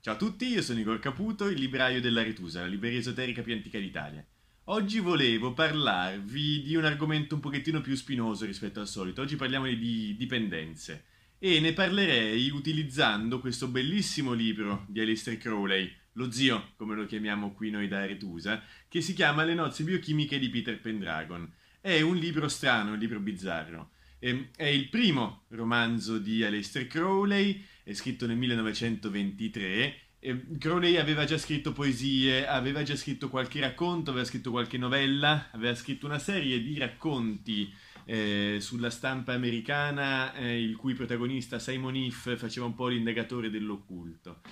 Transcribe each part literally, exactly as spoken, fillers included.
Ciao a tutti, io sono Igor Caputo, il libraio dell'Aretusa, la libreria esoterica più antica d'Italia. Oggi volevo parlarvi di un argomento un pochettino più spinoso rispetto al solito. Oggi parliamo di dipendenze e ne parlerei utilizzando questo bellissimo libro di Aleister Crowley, lo zio, come lo chiamiamo qui noi da Aretusa, che si chiama Le nozze biochimiche di Peter Pendragon. È un libro strano, un libro bizzarro. Ehm, È il primo romanzo di Aleister Crowley, è scritto nel millenovecentoventitré. E Crowley aveva già scritto poesie, aveva già scritto qualche racconto, aveva scritto qualche novella, aveva scritto una serie di racconti eh, sulla stampa americana, eh, il cui protagonista Simon Heath faceva un po' l'indagatore dell'occulto.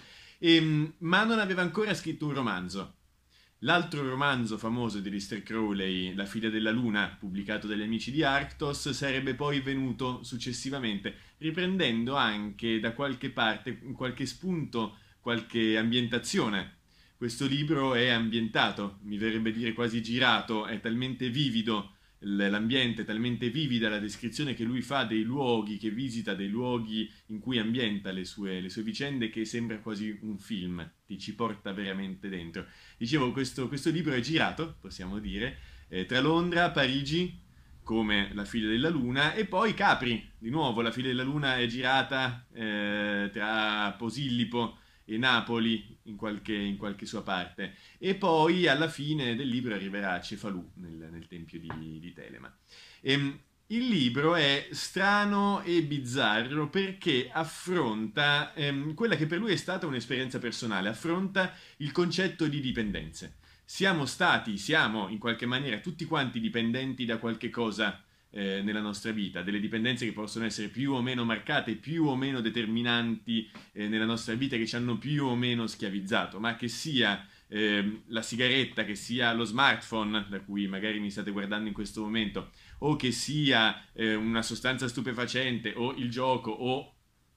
E, ma non aveva ancora scritto un romanzo. L'altro romanzo famoso di Aleister Crowley, La figlia della luna, pubblicato dagli amici di Arctos, sarebbe poi venuto successivamente, riprendendo anche da qualche parte, qualche spunto, qualche ambientazione. Questo libro è ambientato, mi verrebbe dire quasi girato, è talmente vivido l'ambiente, è talmente vivida la descrizione che lui fa dei luoghi, che visita dei luoghi in cui ambienta le sue, le sue vicende, che sembra quasi un film, ti ci porta veramente dentro. Dicevo, questo, questo libro è girato, possiamo dire, eh, tra Londra, Parigi, come La figlia della luna, e poi Capri, di nuovo La figlia della luna è girata eh, tra Posillipo e Napoli in qualche, in qualche sua parte, e poi alla fine del libro arriverà a Cefalù, nel, nel tempio di, di Telema. E, il libro è strano e bizzarro perché affronta ehm, quella che per lui è stata un'esperienza personale, affronta il concetto di dipendenze. Siamo stati, siamo in qualche maniera tutti quanti dipendenti da qualche cosa eh, nella nostra vita, delle dipendenze che possono essere più o meno marcate, più o meno determinanti eh, nella nostra vita, che ci hanno più o meno schiavizzato, ma che sia eh, la sigaretta, che sia lo smartphone, da cui magari mi state guardando in questo momento, o che sia eh, una sostanza stupefacente, o il gioco, o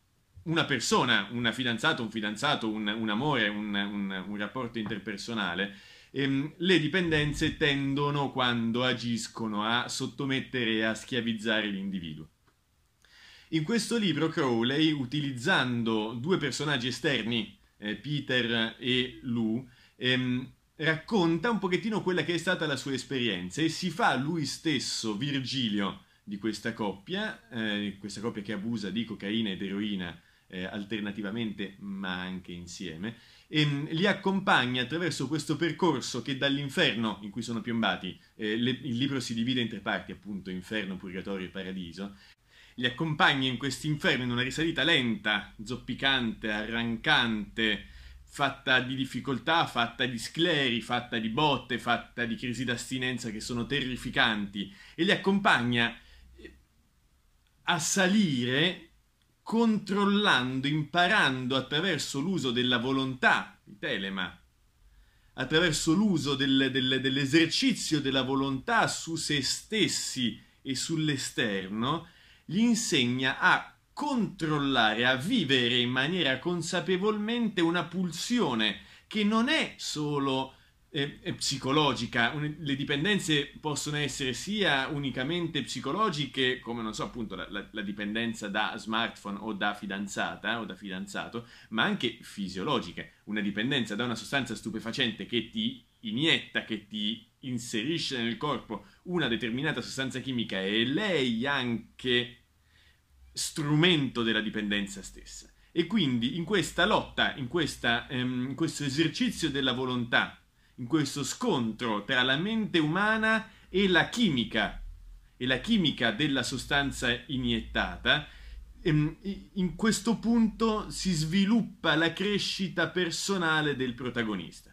una persona, una fidanzata, un fidanzato, un, un amore, un, un, un rapporto interpersonale. Ehm, le dipendenze tendono, quando agiscono, a sottomettere e a schiavizzare l'individuo. In questo libro Crowley, utilizzando due personaggi esterni, eh, Peter e Lou, ehm, racconta un pochettino quella che è stata la sua esperienza e si fa lui stesso Virgilio di questa coppia, eh, questa coppia che abusa di cocaina ed eroina eh, alternativamente ma anche insieme, e mh, li accompagna attraverso questo percorso che dall'inferno in cui sono piombati, eh, le, il libro si divide in tre parti, appunto, inferno, purgatorio e paradiso, li accompagna in quest'inferno in una risalita lenta, zoppicante, arrancante, fatta di difficoltà, fatta di scleri, fatta di botte, fatta di crisi d'astinenza che sono terrificanti, e li accompagna a salire controllando, imparando attraverso l'uso della volontà di Telema, attraverso l'uso del, del, dell'esercizio della volontà su se stessi e sull'esterno, gli insegna a controllare, a vivere in maniera consapevolmente una pulsione che non è solo eh, è psicologica. Le dipendenze possono essere sia unicamente psicologiche, come non so, appunto la, la, la dipendenza da smartphone o da fidanzata o da fidanzato, ma anche fisiologiche. Una dipendenza da una sostanza stupefacente che ti inietta, che ti inserisce nel corpo una determinata sostanza chimica, e lei anche strumento della dipendenza stessa. E quindi in questa lotta, in, questa, ehm, in questo esercizio della volontà, in questo scontro tra la mente umana e la chimica, e la chimica della sostanza iniettata, ehm, in questo punto si sviluppa la crescita personale del protagonista.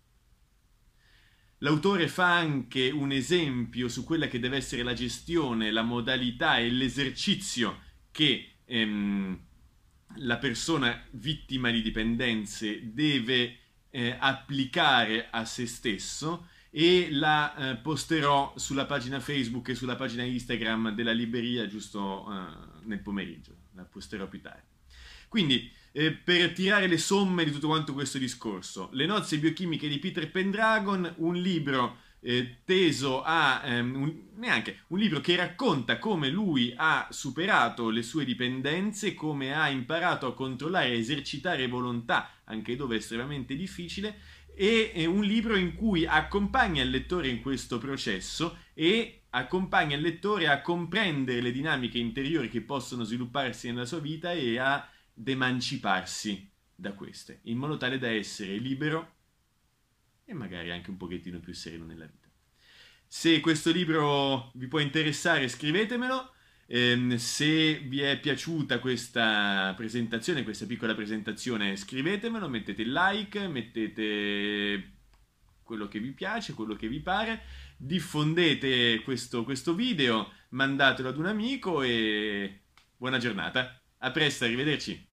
L'autore fa anche un esempio su quella che deve essere la gestione, la modalità e l'esercizio che ehm, la persona vittima di dipendenze deve eh, applicare a se stesso, e la eh, posterò sulla pagina Facebook e sulla pagina Instagram della libreria giusto eh, nel pomeriggio, la posterò più tardi. Quindi, eh, per tirare le somme di tutto quanto questo discorso, Le nozze biochimiche di Peter Pendragon, un libro eh, teso a ehm, un, neanche un libro che racconta come lui ha superato le sue dipendenze, come ha imparato a controllare e esercitare volontà anche dove è estremamente difficile, e è un libro in cui accompagna il lettore in questo processo e accompagna il lettore a comprendere le dinamiche interiori che possono svilupparsi nella sua vita e ad emanciparsi da queste, in modo tale da essere libero e magari anche un pochettino più sereno nella vita. Se questo libro vi può interessare, scrivetemelo. Ehm, se vi è piaciuta questa presentazione, questa piccola presentazione, scrivetemelo, mettete il like, mettete quello che vi piace, quello che vi pare, diffondete questo, questo video, mandatelo ad un amico e buona giornata. A presto, arrivederci.